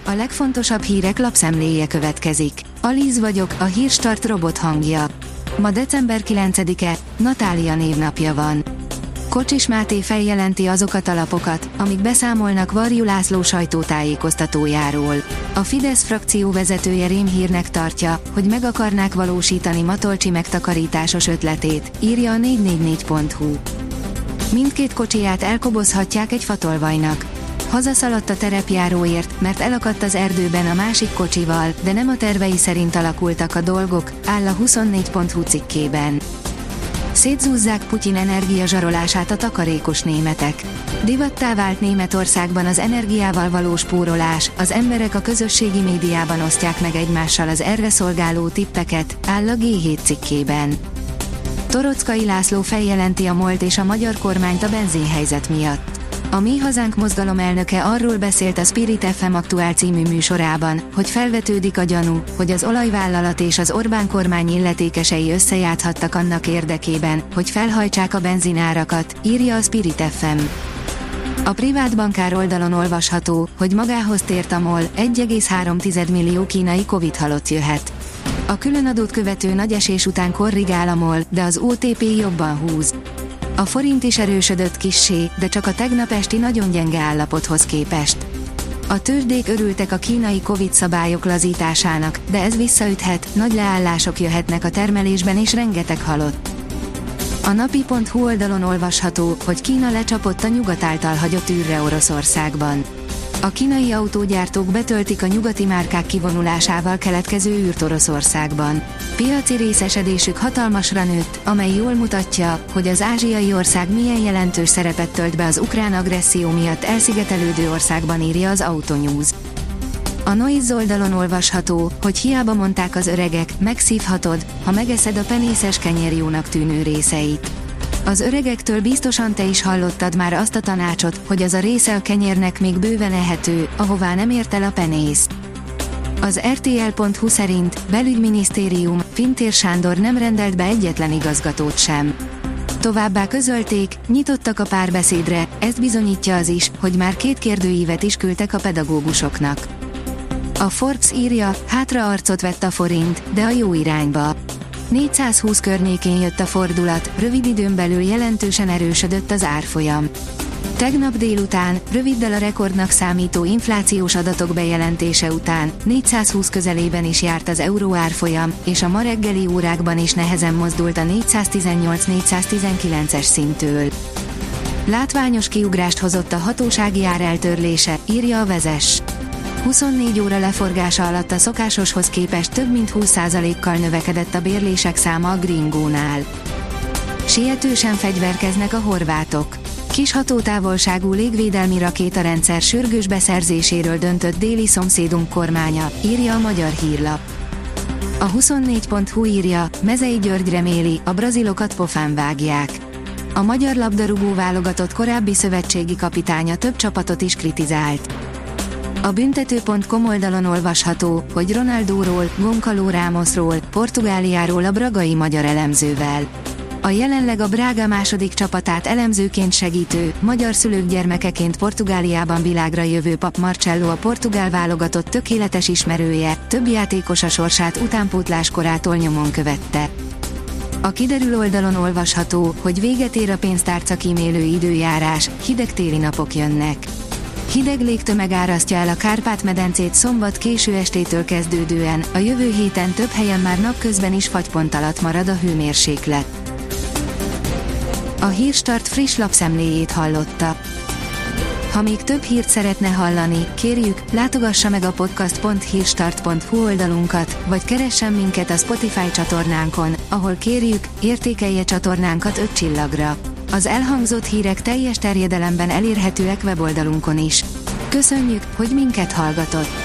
A legfontosabb hírek lapszemléje következik. Alíz vagyok, a Hírstart robot hangja. Ma december 9-e, Natália névnapja van. Kocsis Máté feljelenti azokat a lapokat, amik beszámolnak Varjú László sajtótájékoztatójáról. A Fidesz frakció vezetője rémhírnek tartja, hogy meg akarnák valósítani Matolcsi megtakarításos ötletét, írja a 444.hu. Mindkét kocsiját elkobozhatják egy fatolvajnak. Hazaszaladt a terepjáróért, mert elakadt az erdőben a másik kocsival, de nem a tervei szerint alakultak a dolgok, áll a 24.hu cikkében. Szétzúzzák Putyin energiazsarolását a takarékos németek. Divattá vált Németországban az energiával való spórolás, az emberek a közösségi médiában osztják meg egymással az erre szolgáló tippeket, áll a G7 cikkében. Toroczkai László feljelenti a MOL-t és a magyar kormányt a benzinhelyzet miatt. A Mi Hazánk mozgalom elnöke arról beszélt a Spirit FM Aktuál című műsorában, hogy felvetődik a gyanú, hogy az olajvállalat és az Orbán kormány illetékesei összejátszhattak annak érdekében, hogy felhajtsák a benzinárakat, írja a Spirit FM. A privát bankár oldalon olvasható, hogy magához tért a MOL, 1,3 millió kínai Covid halott jöhet. A különadót követő nagy esés után korrigál a MOL, de az OTP jobban húz. A forint is erősödött kissé, de csak a tegnap esti nagyon gyenge állapothoz képest. A tőzsdék örültek a kínai Covid szabályok lazításának, de ez visszaüthet, nagy leállások jöhetnek a termelésben és rengeteg halott. A napi.hu oldalon olvasható, hogy Kína lecsapott a nyugat által hagyott űrre Oroszországban. A kínai autógyártók betöltik a nyugati márkák kivonulásával keletkező űrt Oroszországban. Piaci részesedésük hatalmasra nőtt, amely jól mutatja, hogy az ázsiai ország milyen jelentős szerepet tölt be az ukrán agresszió miatt elszigetelődő országban, írja az Autonews. A Noise oldalon olvasható, hogy hiába mondták az öregek, megszívhatod, ha megeszed a penészes kenyér jónak tűnő részeit. Az öregektől biztosan te is hallottad már azt a tanácsot, hogy az a része a kenyérnek még bőven ehető, ahová nem ért el a penész. Az RTL.hu szerint belügyminisztérium, Fintér Sándor nem rendelt be egyetlen igazgatót sem. Továbbá közölték, nyitottak a párbeszédre, ezt bizonyítja az is, hogy már 2 kérdőívet is küldtek a pedagógusoknak. A Forbes írja, hátra arcot vett a forint, de a jó irányba. 420 környékén jött a fordulat, rövid időn belül jelentősen erősödött az árfolyam. Tegnap délután, röviddel a rekordnak számító inflációs adatok bejelentése után, 420 közelében is járt az euró árfolyam, és a ma reggeli órákban is nehezen mozdult a 418-419-es szinttől. Látványos kiugrást hozott a hatósági ár eltörlése, írja a Vezess. 24 óra leforgása alatt a szokásoshoz képest több mint 20%-kal növekedett a bérlések száma a Gringónál. Sietősen fegyverkeznek a horvátok. Kis hatótávolságú légvédelmi rakétarendszer sürgős beszerzéséről döntött déli szomszédunk kormánya, írja a Magyar Hírlap. A 24.hu írja, Mezei György reméli, a brazilokat pofán vágják. A magyar labdarúgó válogatott korábbi szövetségi kapitánya több csapatot is kritizált. A büntető.com oldalon olvasható, hogy Ronaldóról, Goncalo Ramosról, Portugáliáról a bragai magyar elemzővel. A jelenleg a Braga második csapatát elemzőként segítő, magyar szülők gyermekeként Portugáliában világra jövő Pap Marcello a portugál válogatott tökéletes ismerője, több játékosa sorsát utánpótláskorától nyomon követte. A kiderül oldalon olvasható, hogy véget ér a pénztárca kímélő időjárás, hideg téli napok jönnek. Hideg légtömeg árasztja el a Kárpát-medencét szombat késő estétől kezdődően, a jövő héten több helyen már napközben is fagypont alatt marad a hőmérséklet. A Hírstart friss lapszemléjét hallotta. Ha még több hírt szeretne hallani, kérjük, látogassa meg a podcast.hírstart.hu oldalunkat, vagy keressen minket a Spotify csatornánkon, ahol kérjük, értékelje csatornánkat 5 csillagra. Az elhangzott hírek teljes terjedelemben elérhetőek weboldalunkon is. Köszönjük, hogy minket hallgatott!